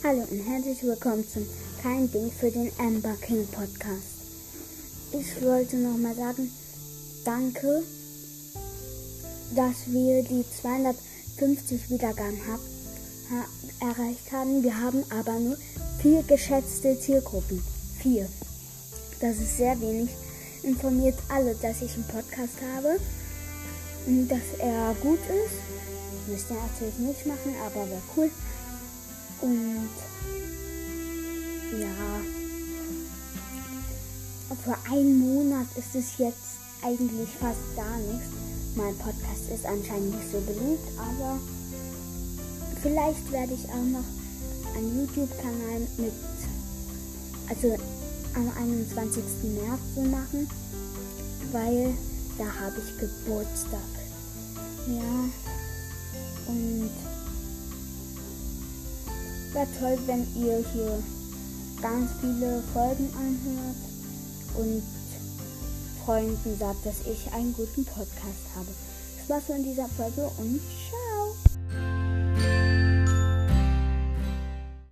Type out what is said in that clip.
Hallo und herzlich willkommen zum Kein Ding für den Amber King Podcast. Ich wollte nochmal sagen, danke, dass wir die 250 Wiedergaben erreicht haben. Wir haben aber nur 4 geschätzte Zielgruppen. 4. Das ist sehr wenig. Informiert alle, dass ich einen Podcast habe und dass er gut ist. Müsst ihr natürlich nicht machen, aber wäre cool. Und ja, für einen Monat ist es jetzt eigentlich fast gar nichts. Mein Podcast ist anscheinend nicht so beliebt, aber vielleicht werde ich auch noch einen YouTube-Kanal am 21. März so machen, weil da habe ich Geburtstag. Ja, und wäre toll, wenn ihr hier ganz viele Folgen anhört und Freunden sagt, dass ich einen guten Podcast habe. Das war's von dieser Folge und ciao!